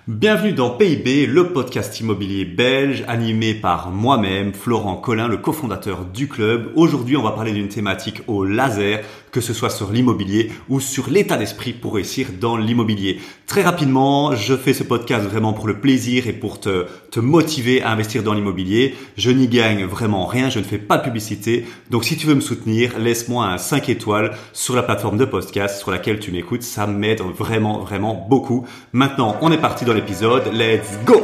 Bienvenue dans PIB, le podcast immobilier belge animé par moi-même, Florent Collin, le cofondateur du club. Aujourd'hui, on va parler d'une thématique au laser, que ce soit sur l'immobilier ou sur l'état d'esprit pour réussir dans l'immobilier. Très rapidement, je fais ce podcast vraiment pour le plaisir et pour te motiver à investir dans l'immobilier. Je n'y gagne vraiment rien, je ne fais pas de publicité. Donc si tu veux me soutenir, laisse-moi un 5 étoiles sur la plateforme de podcast sur laquelle tu m'écoutes. Ça m'aide vraiment beaucoup. Maintenant, on est parti dans l'épisode. Let's go!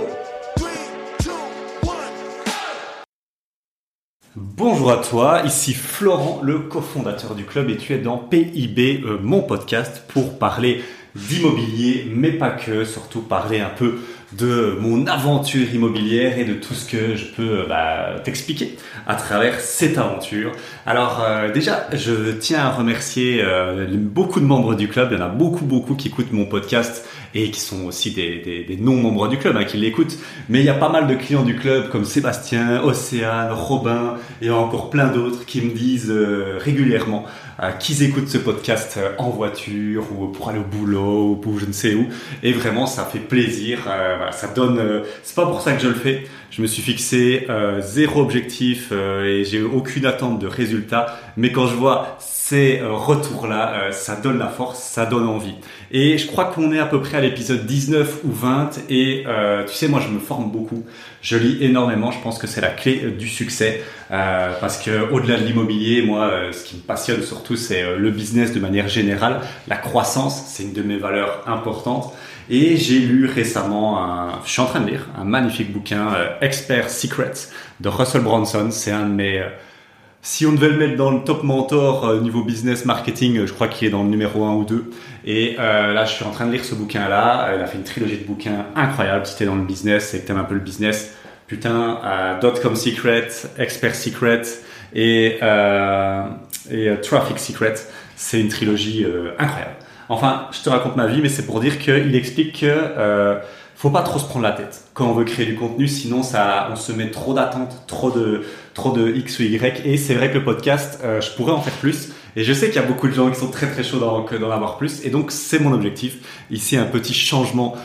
Bonjour à toi, ici Florent, le cofondateur du club et tu es dans PIB, mon podcast pour parler d'immobilier, mais pas que, surtout parler un peu de mon aventure immobilière et de tout ce que je peux t'expliquer à travers cette aventure. Alors déjà, je tiens à remercier beaucoup de membres du club. Il y en a beaucoup qui écoutent mon podcast et qui sont aussi des non-membres du club qui l'écoutent. Mais il y a pas mal de clients du club comme Sébastien, Océane, Robin et encore plein d'autres qui me disent régulièrement qu'ils écoutent ce podcast en voiture ou pour aller au boulot ou pour je ne sais où. Et vraiment, ça fait plaisir. Ça donne. C'est pas pour ça que je le fais. Je me suis fixé zéro objectif et j'ai aucune attente de résultat. Mais quand je vois ces retours-là, ça donne la force, ça donne envie. Et je crois qu'on est à peu près à l'épisode 19 ou 20. Et tu sais, moi, je me forme beaucoup. Je lis énormément. Je pense que c'est la clé du succès parce que au-delà de l'immobilier, moi, ce qui me passionne surtout, c'est le business de manière générale. La croissance, c'est une de mes valeurs importantes. Et j'ai lu récemment, je suis en train de lire un magnifique bouquin, Expert Secrets de Russell Brunson. C'est un de mes, si on devait le mettre dans le top mentor niveau business marketing, je crois qu'il est dans le numéro 1 ou 2. Et là, je suis en train de lire ce bouquin-là. Il a fait une trilogie de bouquins incroyables. Si t'es dans le business et que t'aimes un peu le business, putain, Dotcom Secret, Expert Secret et Traffic Secret, c'est une trilogie incroyable. Enfin, je te raconte ma vie, mais c'est pour dire qu'il explique que faut pas trop se prendre la tête quand on veut créer du contenu, sinon on se met trop d'attentes, trop de X ou Y. Et c'est vrai que le podcast, je pourrais en faire plus. Et je sais qu'il y a beaucoup de gens qui sont très chauds d'en avoir plus. Et donc, c'est mon objectif. Ici, un petit changement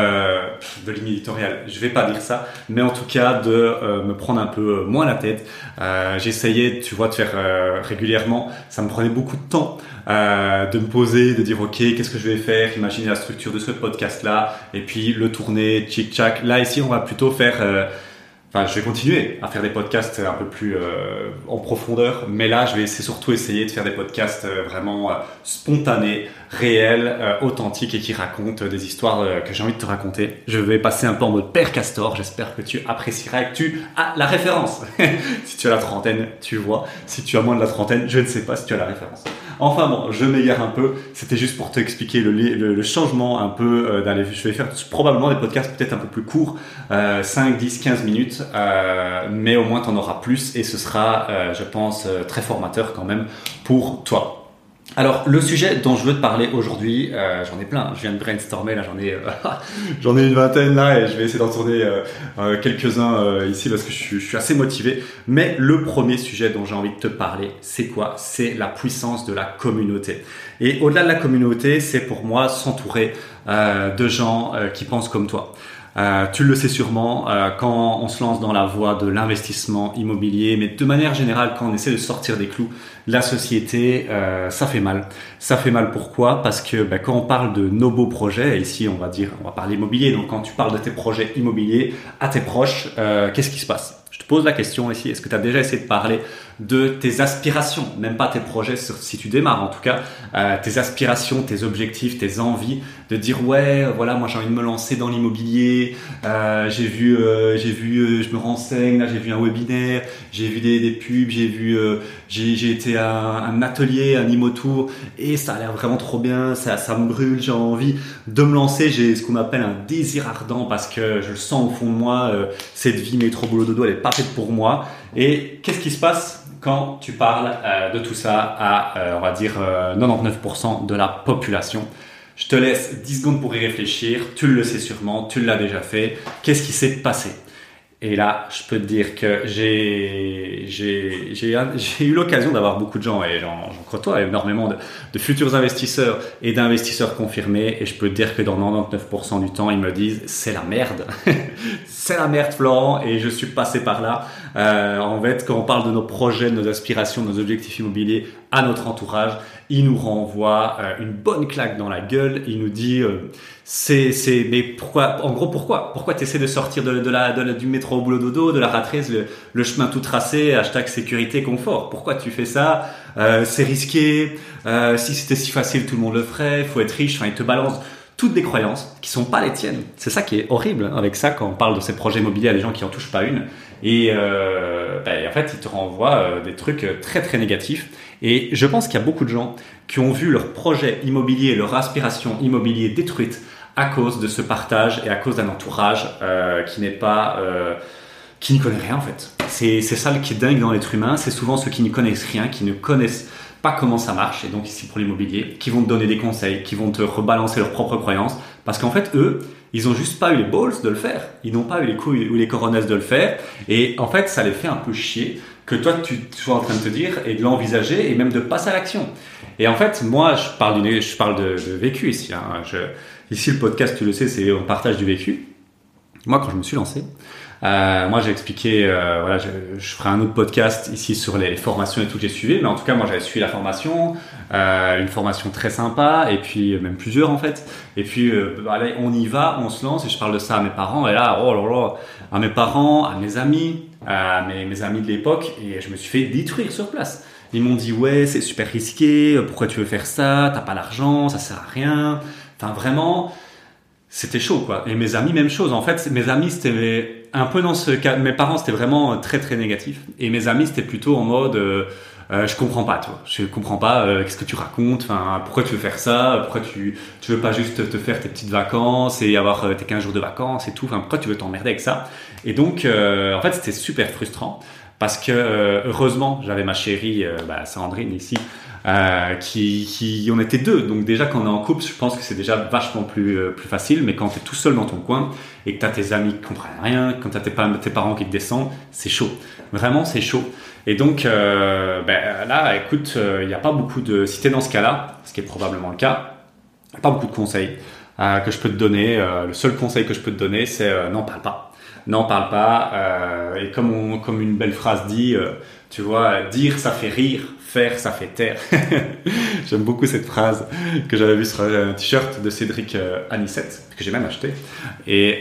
de ligne éditoriale. Je vais pas dire ça, mais en tout cas, de me prendre un peu moins la tête. J'essayais, tu vois, de faire régulièrement. Ça me prenait beaucoup de temps de me poser, de dire, OK, qu'est-ce que je vais faire? Imaginer la structure de ce podcast-là. Et puis, le tourner, tchic-tchac. Là, ici, on va plutôt faire... je vais continuer à faire des podcasts un peu plus en profondeur, mais là, c'est surtout essayer de faire des podcasts vraiment spontanés, réels, authentiques et qui racontent des histoires que j'ai envie de te raconter. Je vais passer un peu en mode Père Castor. J'espère que tu apprécieras et que tu as la référence. Si tu as la trentaine, tu vois. Si tu as moins de la trentaine, je ne sais pas si tu as la référence. Enfin bon, je m'égare un peu. C'était juste pour t'expliquer le changement un peu d'aller. Je vais faire probablement des podcasts peut-être un peu plus courts, 5, 10, 15 minutes, mais au moins tu en auras plus et ce sera, je pense, très formateur quand même pour toi. Alors, le sujet dont je veux te parler aujourd'hui, j'en ai plein. Je viens de brainstormer, là, j'en ai une vingtaine là et je vais essayer d'en tourner quelques-uns ici parce que je suis assez motivé. Mais le premier sujet dont j'ai envie de te parler, c'est quoi? C'est la puissance de la communauté. Et au-delà de la communauté, c'est pour moi s'entourer de gens qui pensent comme toi. Tu le sais sûrement, quand on se lance dans la voie de l'investissement immobilier, mais de manière générale, quand on essaie de sortir des clous de la société, ça fait mal. Ça fait mal pourquoi? Parce que quand on parle de nos beaux projets, et ici on va parler immobilier, donc quand tu parles de tes projets immobiliers à tes proches, qu'est-ce qui se passe? Je te pose la question ici, est-ce que tu as déjà essayé de parler de tes aspirations, même pas tes projets si tu démarres en tout cas, tes aspirations, tes objectifs, tes envies, de dire ouais, voilà, moi j'ai envie de me lancer dans l'immobilier, j'ai vu, je me renseigne, là j'ai vu un webinaire, j'ai vu des pubs, j'ai été à un atelier, un ImmoTour et ça a l'air vraiment trop bien, ça me brûle, j'ai envie de me lancer, j'ai ce qu'on appelle un désir ardent parce que je le sens au fond de moi, cette vie métro boulot dodo, elle est pas faite pour moi. Et qu'est-ce qui se passe quand tu parles de tout ça à, on va dire, 99% de la population? Je te laisse 10 secondes pour y réfléchir. Tu le sais sûrement, tu l'as déjà fait. Qu'est-ce qui s'est passé? Et là, je peux te dire que j'ai eu l'occasion d'avoir beaucoup de gens, et j'en côtoie énormément de futurs investisseurs et d'investisseurs confirmés, et je peux te dire que dans 99% du temps, ils me disent c'est la merde. C'est la merde, Florent, et je suis passé par là. En fait, quand on parle de nos projets, de nos aspirations, de nos objectifs immobiliers à notre entourage, il nous renvoie une bonne claque dans la gueule. Il nous dit mais pourquoi, en gros, pourquoi t'essaies de sortir du métro au boulot dodo, de la rat race, le chemin tout tracé, #sécurité confort. Pourquoi tu fais ça? C'est risqué. Si c'était si facile, tout le monde le ferait. Il faut être riche. Enfin, il te balance toutes des croyances qui sont pas les tiennes. C'est ça qui est horrible avec ça quand on parle de ces projets immobiliers à des gens qui en touchent pas une. Et en fait, ils te renvoient des trucs très très négatifs. Et je pense qu'il y a beaucoup de gens qui ont vu leur projet immobilier, leur aspiration immobilier détruite à cause de ce partage et à cause d'un entourage qui ne connaît rien en fait. C'est ça qui est dingue dans l'être humain. C'est souvent ceux qui ne connaissent rien, qui ne connaissent pas comment ça marche, et donc ici pour l'immobilier, qui vont te donner des conseils, qui vont te rebalancer leurs propres croyances, parce qu'en fait eux, ils ont juste pas eu les balls de le faire, ils n'ont pas eu les couilles ou les coronets de le faire, et en fait ça les fait un peu chier que toi tu sois en train de te dire et de l'envisager et même de passer à l'action. Et en fait moi je parle de vécu ici, hein. Ici le podcast tu le sais, c'est on partage du vécu. Moi quand je me suis lancé, moi j'ai expliqué, je ferai un autre podcast ici sur les formations et tout que j'ai suivi, mais en tout cas moi j'avais suivi la formation, une formation très sympa, et puis même plusieurs en fait, et puis allez, on y va, on se lance, et je parle de ça à mes parents, et là oh là là, à mes parents, à mes amis, à mes amis de l'époque, et je me suis fait détruire sur place. Ils m'ont dit ouais c'est super risqué, pourquoi tu veux faire ça, t'as pas l'argent, ça sert à rien, enfin vraiment c'était chaud quoi. Et mes amis même chose, en fait mes amis c'était un peu dans ce cas, mes parents c'était vraiment très très négatif, et mes amis c'était plutôt en mode je comprends pas, toi, je comprends pas, qu'est-ce que tu racontes, enfin pourquoi tu veux faire ça, pourquoi tu veux pas juste te faire tes petites vacances et avoir tes 15 jours de vacances et tout, enfin pourquoi tu veux t'emmerder avec ça. Et donc en fait c'était super frustrant parce que heureusement j'avais ma chérie Sandrine ici, qui on était deux, donc déjà quand on est en couple je pense que c'est déjà vachement plus facile, mais quand tu es tout seul dans ton coin et que tu as tes amis qui comprennent rien, quand tu as tes parents qui te descendent, c'est chaud, vraiment c'est chaud. Et donc là écoute, il n'y a pas beaucoup de, si tu es dans ce cas là, ce qui est probablement le cas, il n'y a pas beaucoup de conseils que je peux te donner. Le seul conseil que je peux te donner c'est n'en parle pas, et comme une belle phrase dit, tu vois, dire ça fait rire, faire ça fait taire. J'aime beaucoup cette phrase que j'avais vue sur un t-shirt de Cédric Anissette, que j'ai même acheté. Et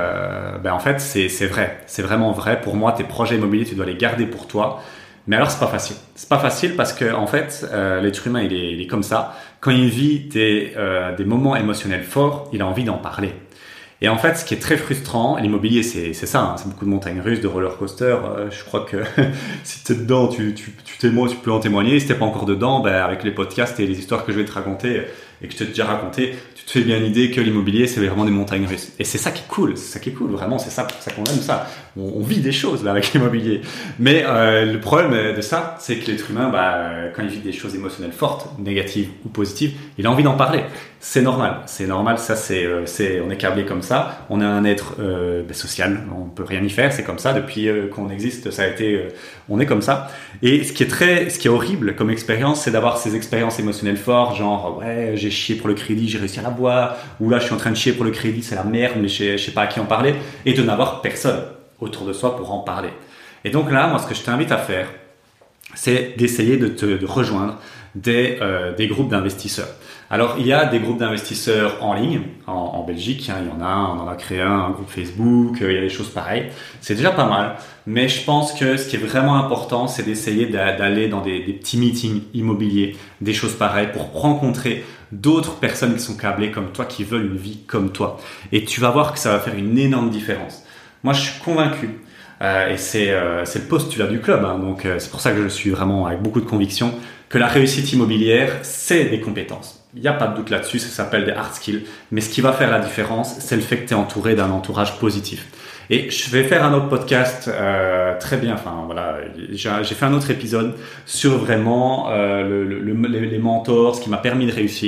en fait c'est vrai, c'est vraiment vrai. Pour moi tes projets immobiliers tu dois les garder pour toi. Mais alors c'est pas facile parce que en fait l'être humain il est comme ça. Quand il vit des moments émotionnels forts, il a envie d'en parler. Et en fait, ce qui est très frustrant, l'immobilier, c'est ça, hein, c'est beaucoup de montagnes russes, de roller coaster. Je crois que si t'es dedans, tu peux en témoigner. Si t'es pas encore dedans, avec les podcasts et les histoires que je vais te raconter et que je t'ai déjà raconté, tu te fais bien l'idée que l'immobilier, c'est vraiment des montagnes russes. Et c'est ça qui est cool, vraiment, c'est ça pour ça qu'on aime ça. On vit des choses là avec l'immobilier. Mais le problème de ça, c'est que l'être humain, quand il vit des choses émotionnelles fortes, négatives ou positives, il a envie d'en parler. C'est normal, ça on est câblé comme ça, on est un être social, on peut rien y faire, c'est comme ça depuis qu'on existe, on est comme ça. Et ce qui est horrible comme expérience, c'est d'avoir ces expériences émotionnelles fortes, genre ouais, j'ai chié pour le crédit, j'ai réussi à l'avoir, ou là je suis en train de chier pour le crédit, c'est la merde, mais je sais pas à qui en parler, et de n'avoir personne autour de soi pour en parler. Et donc là, moi ce que je t'invite à faire, c'est d'essayer de rejoindre des groupes d'investisseurs. Alors, il y a des groupes d'investisseurs en ligne, en Belgique, hein, il y en a un, on en a créé un groupe Facebook, il y a des choses pareilles. C'est déjà pas mal, mais je pense que ce qui est vraiment important, c'est d'essayer d'aller dans des petits meetings immobiliers, des choses pareilles, pour rencontrer d'autres personnes qui sont câblées comme toi, qui veulent une vie comme toi. Et tu vas voir que ça va faire une énorme différence. Moi, je suis convaincu, et c'est le postulat du club, hein, donc c'est pour ça que je suis vraiment avec beaucoup de conviction, que la réussite immobilière, c'est des compétences. Il n'y a pas de doute là-dessus, ça s'appelle des hard skills. Mais ce qui va faire la différence, c'est le fait que tu es entouré d'un entourage positif. Et je vais faire un autre podcast très bien. Enfin voilà, j'ai fait un autre épisode sur vraiment les mentors, ce qui m'a permis de réussir.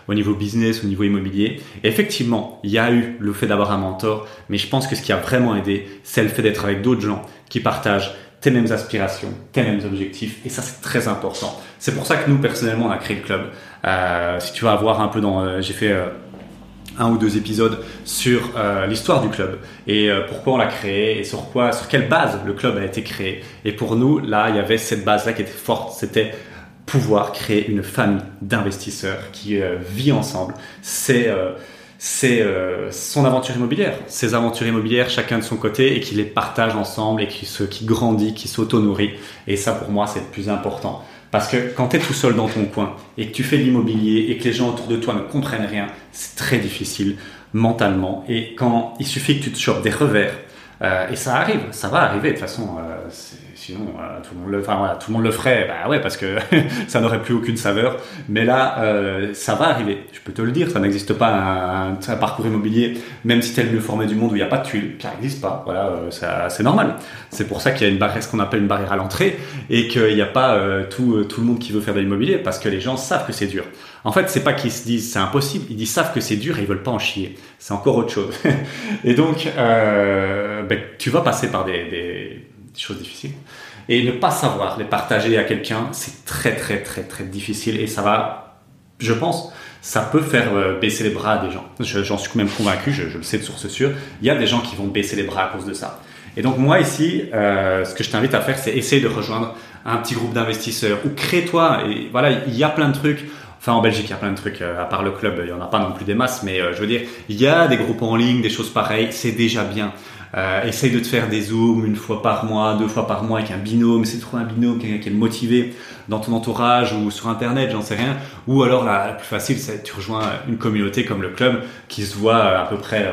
au niveau business, au niveau immobilier. Et effectivement, il y a eu le fait d'avoir un mentor, mais je pense que ce qui a vraiment aidé, c'est le fait d'être avec d'autres gens qui partagent tes mêmes aspirations, tes mêmes objectifs, et ça c'est très important. C'est pour ça que nous personnellement on a créé le club. Si tu vas voir un peu j'ai fait un ou deux épisodes sur l'histoire du club et pourquoi on l'a créé et sur quelle base le club a été créé. Et pour nous, là, il y avait cette base-là qui était forte, c'était pouvoir créer une famille d'investisseurs qui vit ensemble. C'est son aventure immobilière, ses aventures immobilières chacun de son côté et qui les partage ensemble et qui grandit, qui s'auto-nourrit. Et ça pour moi c'est le plus important. Parce que quand tu es tout seul dans ton coin et que tu fais de l'immobilier et que les gens autour de toi ne comprennent rien, c'est très difficile mentalement. Et quand il suffit que tu te chopes des revers, et ça arrive, ça va arriver de toute façon, sinon tout le monde le ferait, bah ouais, parce que ça n'aurait plus aucune saveur. Mais là, ça va arriver, je peux te le dire, ça n'existe pas un parcours immobilier, même si tu es le mieux formé du monde où il n'y a pas de tuiles, ça n'existe pas, voilà, c'est normal. C'est pour ça qu'il y a une barrière, ce qu'on appelle une barrière à l'entrée, et qu'il n'y a pas tout le monde qui veut faire de l'immobilier, parce que les gens savent que c'est dur. En fait, c'est pas qu'ils se disent c'est impossible, ils savent que c'est dur et ils veulent pas en chier. C'est encore autre chose. Et donc, tu vas passer par des choses difficiles. Et ne pas savoir les partager à quelqu'un, c'est très, très, très, très difficile. Et ça va, je pense, ça peut faire baisser les bras des gens. J'en suis quand même convaincu, je le sais de source sûre. Il y a des gens qui vont baisser les bras à cause de ça. Et donc, moi, ici, ce que je t'invite à faire, c'est essayer de rejoindre un petit groupe d'investisseurs ou crée-toi. Et voilà, il y a plein de trucs. Enfin, en Belgique, il y a plein de trucs. À part le club, il y en a pas non plus des masses. Mais je veux dire, il y a des groupes en ligne, des choses pareilles. C'est déjà bien. Essaye de te faire des zooms 1 fois par mois, 2 fois par mois avec un binôme. Essaye de trouver un binôme, quelqu'un qui est motivé dans ton entourage ou sur Internet, j'en sais rien. Ou alors, la plus facile, c'est tu rejoins une communauté comme le club qui se voit à peu près,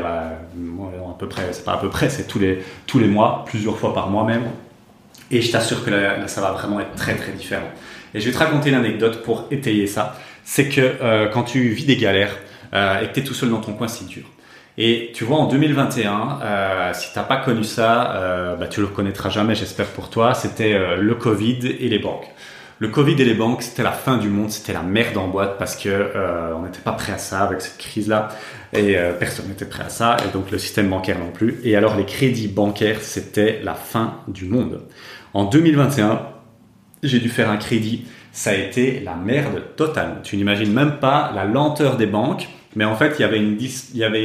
c'est pas à peu près, c'est tous les mois, plusieurs fois par mois même. Et je t'assure que là, ça va vraiment être très, très différent. Et je vais te raconter une anecdote pour étayer ça. C'est que quand tu vis des galères et que tu es tout seul dans ton coin, c'est dur. Et tu vois, en 2021, si tu n'as pas connu ça, tu le connaîtras jamais, j'espère pour toi, c'était le Covid et les banques. Le Covid et les banques, c'était la fin du monde, c'était la merde en boîte parce que on n'était pas prêt à ça avec cette crise-là et personne n'était prêt à ça et donc le système bancaire non plus. Et alors les crédits bancaires, c'était la fin du monde. En 2021, j'ai dû faire un crédit. Ça a été la merde totale. Tu n'imagines même pas la lenteur des banques. Mais en fait, il y avait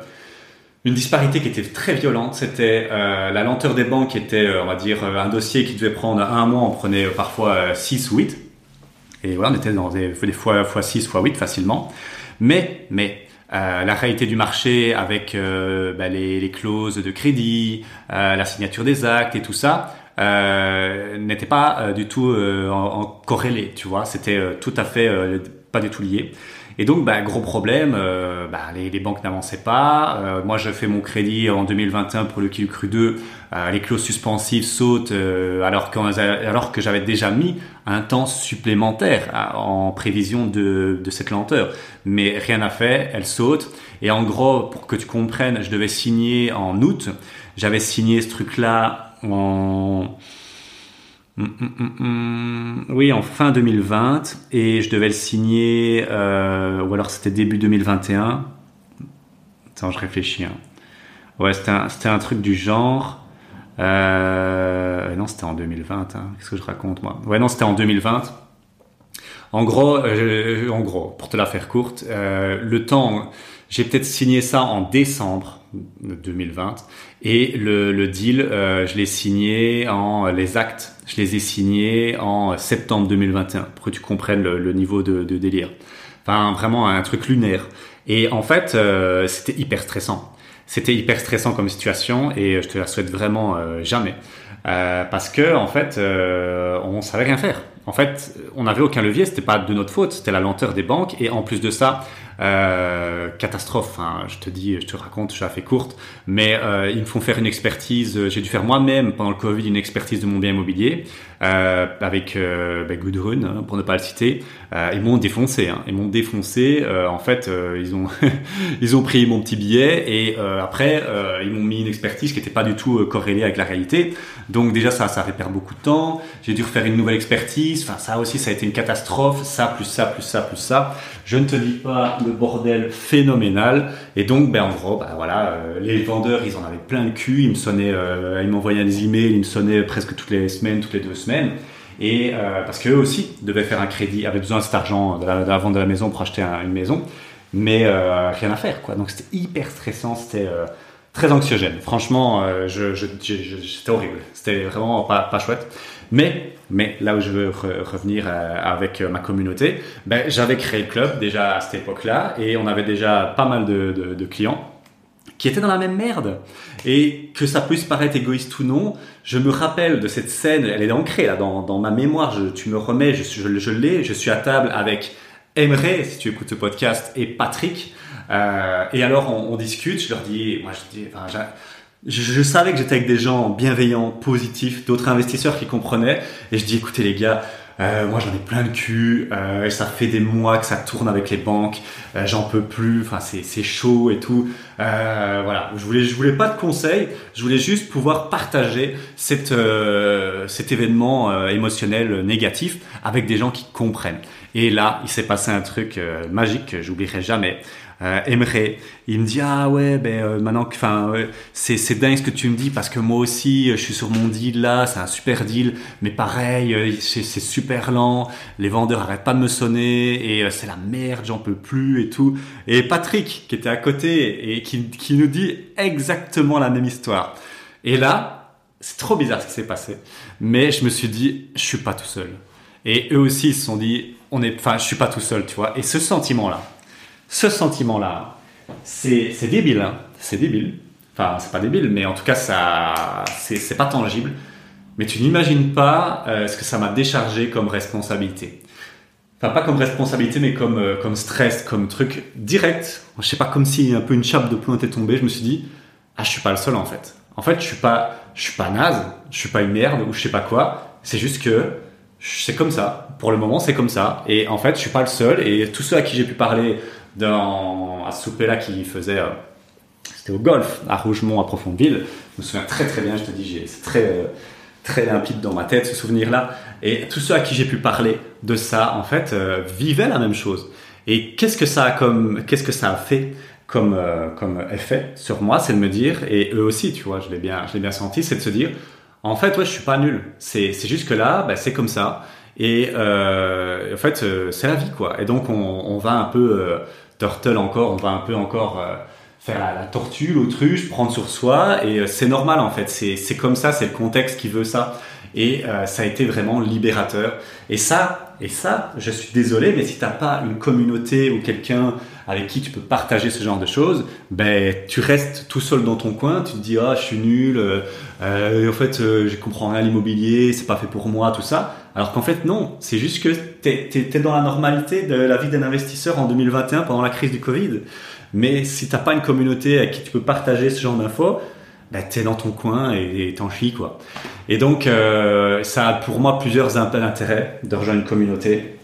une disparité qui était très violente. C'était la lenteur des banques était, on va dire, un dossier qui devait prendre 1 mois, on prenait parfois 6 ou 8. Et voilà, on était dans des fois 6, fois 8 facilement. Mais la réalité du marché avec les clauses de crédit, la signature des actes et tout ça, n'était pas du tout en corrélé, tu vois. C'était tout à fait pas du tout lié. Et donc, gros problème, les banques n'avançaient pas. Moi, je fais mon crédit en 2021 pour le QQ 2. Les clauses suspensives sautent alors que j'avais déjà mis un temps supplémentaire en prévision de cette lenteur. Mais rien n'a fait, elle saute. Et en gros, pour que tu comprennes, je devais signer en août. J'avais signé ce truc-là en fin 2020 et je devais le signer ou alors c'était début 2021. Attends, je réfléchis. Ouais, c'était un truc du genre. Non, c'était en 2020. Qu'est-ce que je raconte moi? Ouais, non, c'était en 2020. En gros, pour te la faire courte, le temps, j'ai peut-être signé ça en décembre 2020 et le deal, je l'ai signé les actes, je les ai signés en septembre 2021 pour que tu comprennes le niveau de délire. Enfin, vraiment un truc lunaire. Et en fait, c'était hyper stressant. C'était hyper stressant comme situation et je te la souhaite vraiment jamais. Parce que en fait, on savait rien faire. En fait, on n'avait aucun levier, c'était pas de notre faute, c'était la lenteur des banques et en plus de ça, catastrophe. Hein, je te raconte, je la fais courte, mais ils me font faire une expertise. J'ai dû faire moi-même pendant le Covid une expertise de mon bien immobilier avec Gudrun, hein, pour ne pas le citer. Ils m'ont défoncé. En fait, ils ont pris mon petit billet et après ils m'ont mis une expertise qui n'était pas du tout corrélée avec la réalité. Donc déjà ça avait perdu beaucoup de temps. J'ai dû refaire une nouvelle expertise. Enfin ça aussi ça a été une catastrophe. Ça plus ça plus ça plus ça. Je ne te dis pas le bordel phénoménal. Et donc, en gros, les vendeurs, ils en avaient plein le cul. Ils me sonnaient, ils m'envoyaient des emails, ils me sonnaient presque toutes les semaines, toutes les 2 semaines. Et parce qu'eux aussi devaient faire un crédit, avaient besoin de cet argent de la vente de la maison pour acheter une maison, mais rien à faire, quoi. Donc c'était hyper stressant, c'était très anxiogène. Franchement, c'était horrible. C'était vraiment pas chouette. Mais là où je veux revenir avec ma communauté, j'avais créé le club déjà à cette époque-là et on avait déjà pas mal de clients qui étaient dans la même merde. Et que ça puisse paraître égoïste ou non, je me rappelle de cette scène, elle est ancrée là dans ma mémoire, tu me remets, je l'ai, je suis à table avec Emre, si tu écoutes ce podcast, et Patrick. Et alors on discute, je savais que j'étais avec des gens bienveillants, positifs, d'autres investisseurs qui comprenaient. Et je dis, écoutez les gars, moi j'en ai plein le cul, et ça fait des mois que ça tourne avec les banques, j'en peux plus, enfin c'est chaud et tout. Voilà, je voulais pas de conseils, je voulais juste pouvoir partager cet événement émotionnel négatif avec des gens qui comprennent. Et là, il s'est passé un truc magique que j'oublierai jamais. Emre, il me dit maintenant que c'est dingue ce que tu me dis parce que moi aussi je suis sur mon deal là, c'est un super deal, mais pareil c'est super lent, les vendeurs arrêtent pas de me sonner et c'est la merde, j'en peux plus et tout. Et Patrick qui était à côté et qui nous dit exactement la même histoire. Et là, c'est trop bizarre ce qui s'est passé, mais je me suis dit je suis pas tout seul. Et eux aussi ils se sont dit je suis pas tout seul, tu vois. Et ce sentiment-là, c'est débile, hein. C'est débile. Enfin, c'est pas débile, mais en tout cas, c'est pas tangible. Mais tu n'imagines pas ce que ça m'a déchargé comme responsabilité. Enfin, pas comme responsabilité, mais comme stress, comme truc direct. Je sais pas, comme si un peu une chape de plomb était tombée. Je me suis dit, je suis pas le seul en fait. En fait, je suis pas naze, je suis pas une merde ou je sais pas quoi. C'est juste que c'est comme ça. Pour le moment, c'est comme ça. Et en fait, je suis pas le seul. Et tous ceux à qui j'ai pu parler à ce souper-là qui faisait, c'était au golf, à Rougemont, à Profondeville. Je me souviens très très bien, je te dis, c'est très limpide dans ma tête ce souvenir-là. Et tous ceux à qui j'ai pu parler de ça, en fait, vivaient la même chose. Et qu'est-ce que ça a fait comme effet sur moi, c'est de me dire, et eux aussi, tu vois, je l'ai bien senti, c'est de se dire, en fait, ouais, je suis pas nul. C'est juste que là, c'est comme ça. Et en fait, c'est la vie, quoi. Et donc, on va un peu turtle encore, on va un peu encore faire la tortue, l'autruche, prendre sur soi. Et c'est normal, en fait. C'est comme ça, c'est le contexte qui veut ça. Et ça a été vraiment libérateur. Et ça, je suis désolé, mais si t'as pas une communauté ou quelqu'un avec qui tu peux partager ce genre de choses, tu restes tout seul dans ton coin, tu te dis je suis nul, en fait je comprends rien à l'immobilier, c'est pas fait pour moi, tout ça. Alors qu'en fait non, c'est juste que t'es dans la normalité de la vie d'un investisseur en 2021 pendant la crise du Covid. Mais si t'as pas une communauté avec qui tu peux partager ce genre d'infos, t'es dans ton coin et t'en chies, quoi. Et donc ça a pour moi plusieurs intérêts de rejoindre une communauté.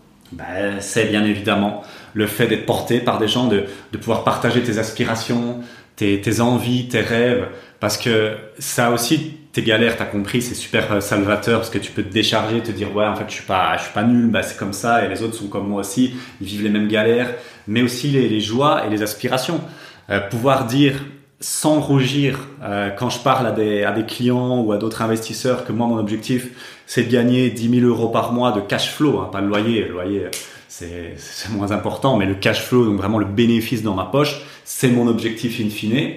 C'est bien évidemment le fait d'être porté par des gens, de pouvoir partager tes aspirations, tes envies, tes rêves, parce que ça aussi, tes galères, t'as compris, c'est super salvateur parce que tu peux te décharger, te dire en fait je suis pas nul, c'est comme ça et les autres sont comme moi aussi, ils vivent les mêmes galères, mais aussi les joies et les aspirations. Pouvoir dire sans rougir quand je parle à des clients ou à d'autres investisseurs que moi mon objectif c'est de gagner 10 000 euros par mois de cash flow, pas le loyer. Le loyer c'est moins important, mais le cash flow, donc vraiment le bénéfice dans ma poche, c'est mon objectif in fine.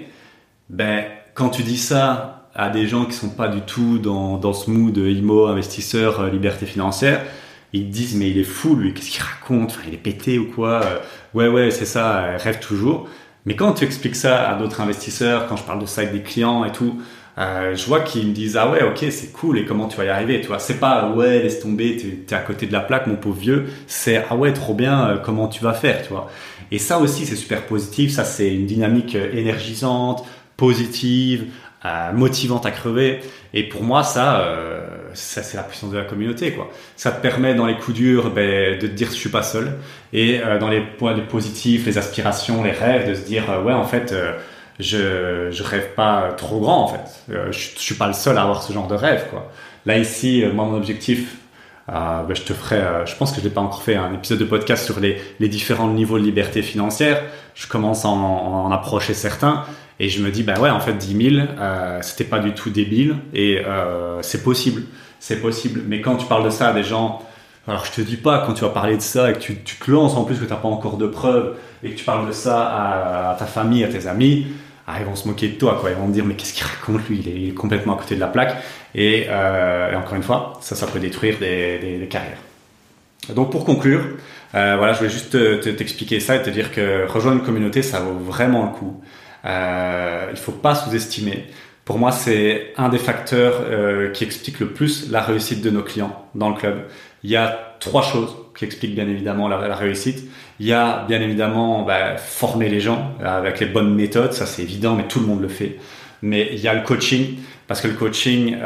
Quand tu dis ça à des gens qui sont pas du tout dans ce mood IMO, investisseur, liberté financière, ils te disent mais il est fou lui, qu'est-ce qu'il raconte, il est pété ou quoi. Ouais c'est ça, rêve toujours. Mais quand tu expliques ça à d'autres investisseurs, quand je parle de ça avec des clients et tout, je vois qu'ils me disent ouais ok c'est cool, et comment tu vas y arriver, tu vois. C'est pas ouais laisse tomber, t'es à côté de la plaque mon pauvre vieux, c'est ouais trop bien, comment tu vas faire, tu vois. Et ça aussi c'est super positif, ça c'est une dynamique énergisante, positive, motivante à crever. Et pour moi ça c'est la puissance de la communauté, quoi. Ça te permet dans les coups durs de te dire je suis pas seul, et dans les points positifs, les aspirations, les rêves, de se dire ouais en fait je rêve pas trop grand, en fait. Je suis pas le seul à avoir ce genre de rêve, quoi. Là ici, moi mon objectif Je te ferai, je pense que je n'ai pas encore fait un épisode de podcast sur les différents niveaux de liberté financière. Je commence à en approcher certains et je me dis, ouais, en fait, 10 000, c'était pas du tout débile et c'est possible. C'est possible. Mais quand tu parles de ça à des gens, alors je te dis pas, quand tu vas parler de ça et que tu te lances en plus que tu n'as pas encore de preuves et que tu parles de ça à ta famille, à tes amis, ils vont se moquer de toi, quoi. Ils vont me dire, mais qu'est-ce qu'il raconte, lui? Il est complètement à côté de la plaque. Et encore une fois, ça peut détruire des carrières. Donc pour conclure, voilà, je voulais juste t'expliquer ça et te dire que rejoindre une communauté, ça vaut vraiment le coup. Il faut pas sous-estimer. Pour moi, c'est un des facteurs qui explique le plus la réussite de nos clients dans le club. Il y a 3 choses qui expliquent bien évidemment la réussite. Il y a bien évidemment former les gens avec les bonnes méthodes, ça c'est évident, mais tout le monde le fait. Mais il y a le coaching, parce que le coaching,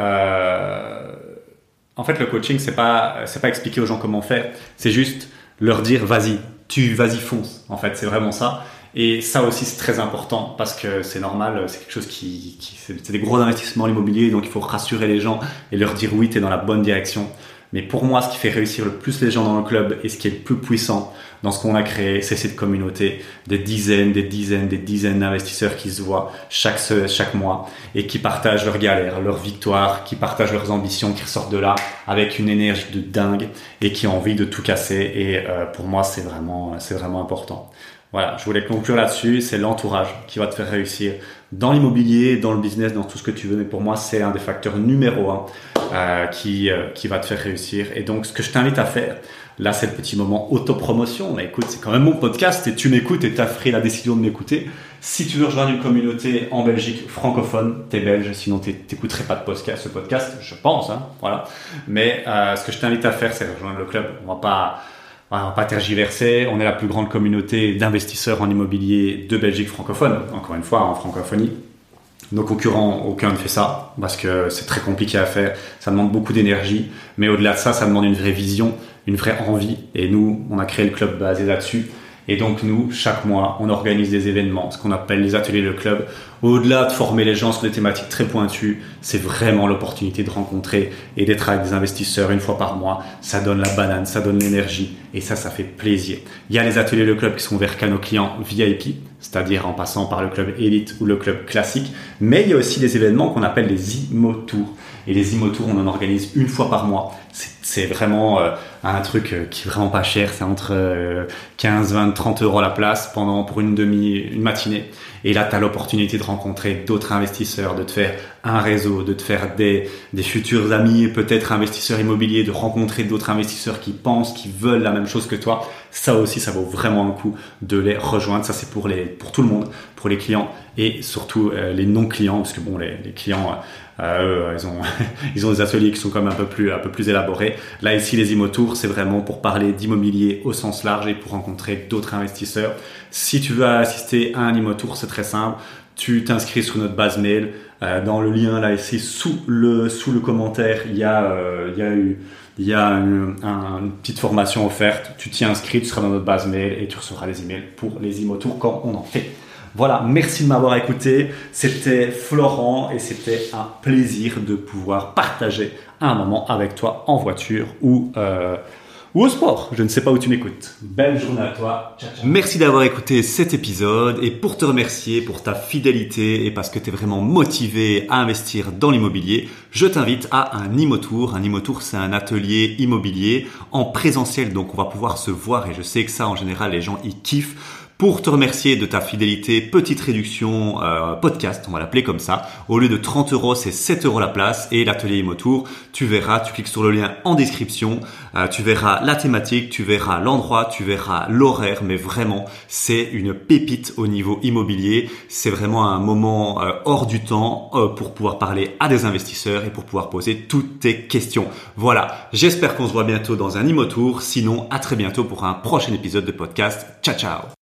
en fait le coaching c'est pas expliquer aux gens comment faire, c'est juste leur dire vas-y fonce. En fait c'est vraiment ça. Et ça aussi c'est très important parce que c'est normal, c'est quelque chose c'est des gros investissements immobiliers, donc il faut rassurer les gens et leur dire oui, t'es dans la bonne direction. Mais pour moi, ce qui fait réussir le plus les gens dans le club et ce qui est le plus puissant dans ce qu'on a créé, c'est cette communauté, des dizaines d'investisseurs qui se voient chaque mois et qui partagent leurs galères, leurs victoires, qui partagent leurs ambitions, qui ressortent de là avec une énergie de dingue et qui ont envie de tout casser. Et pour moi, c'est vraiment important. Voilà, je voulais conclure là-dessus. C'est l'entourage qui va te faire réussir dans l'immobilier, dans le business, dans tout ce que tu veux. Mais pour moi, c'est un des facteurs numéro 1 qui va te faire réussir. Et donc, ce que je t'invite à faire, là, c'est le petit moment autopromotion. Mais écoute, c'est quand même mon podcast et tu m'écoutes et tu as pris la décision de m'écouter. Si tu veux rejoindre une communauté en Belgique francophone, t'es belge, sinon t'écouterais pas ce podcast, je pense, voilà. Mais ce que je t'invite à faire, c'est rejoindre le club. On va pas tergiverser. On est la plus grande communauté d'investisseurs en immobilier de Belgique francophone. Encore une fois, en francophonie. Nos concurrents, aucun ne fait ça parce que c'est très compliqué à faire. Ça demande beaucoup d'énergie. Mais au-delà de ça, ça demande une vraie vision, une vraie envie. Et nous, on a créé le club basé là-dessus. Et donc nous, chaque mois, on organise des événements, ce qu'on appelle les ateliers de club. Au-delà de former les gens sur des thématiques très pointues, c'est vraiment l'opportunité de rencontrer et d'être avec des investisseurs une fois par mois. Ça donne la banane, ça donne l'énergie et ça fait plaisir. Il y a les ateliers de club qui sont ouverts qu'à nos clients VIP, c'est-à-dire en passant par le club élite ou le club classique. Mais il y a aussi des événements qu'on appelle les IMO Tours. Et les IMO Tours, on en organise une fois par mois. C'est vraiment un truc qui est vraiment pas cher. C'est entre 15, 20, 30 euros la place pour une matinée. Et là, tu as l'opportunité de rencontrer d'autres investisseurs, de te faire un réseau, de te faire des futurs amis, peut-être investisseurs immobiliers, de rencontrer d'autres investisseurs qui pensent, qui veulent la même chose que toi. Ça aussi, ça vaut vraiment le coup de les rejoindre. Ça, c'est pour tout le monde, pour les clients et surtout les non-clients, parce que bon, les clients, ils ont des ateliers qui sont quand même un peu plus élaborés. Là, ici, les IMO Tours, c'est vraiment pour parler d'immobilier au sens large et pour rencontrer d'autres investisseurs. Si tu veux assister à un IMO Tour, c'est très simple. Tu t'inscris sur notre base mail. Dans le lien là ici sous le commentaire, il y a une petite formation offerte. Tu t'y inscris, tu seras dans notre base mail et tu recevras les emails pour les IMO Tours quand on en fait. Voilà, merci de m'avoir écouté. C'était Florent et c'était un plaisir de pouvoir partager un moment avec toi en voiture ou au sport. Je ne sais pas où tu m'écoutes. Belle journée à toi. Ciao, ciao. Merci d'avoir écouté cet épisode et pour te remercier pour ta fidélité et parce que tu es vraiment motivé à investir dans l'immobilier, je t'invite à un IMO Tour. Un IMO Tour, c'est un atelier immobilier en présentiel, donc on va pouvoir se voir et je sais que ça, en général, les gens y kiffent. Pour te remercier de ta fidélité, petite réduction podcast, on va l'appeler comme ça. Au lieu de 30 euros, c'est 7 euros la place et l'atelier IMO Tour. Tu verras, tu cliques sur le lien en description, tu verras la thématique, tu verras l'endroit, tu verras l'horaire, mais vraiment, c'est une pépite au niveau immobilier. C'est vraiment un moment hors du temps pour pouvoir parler à des investisseurs et pour pouvoir poser toutes tes questions. Voilà, j'espère qu'on se voit bientôt dans un IMO Tour. Sinon, à très bientôt pour un prochain épisode de podcast. Ciao, ciao!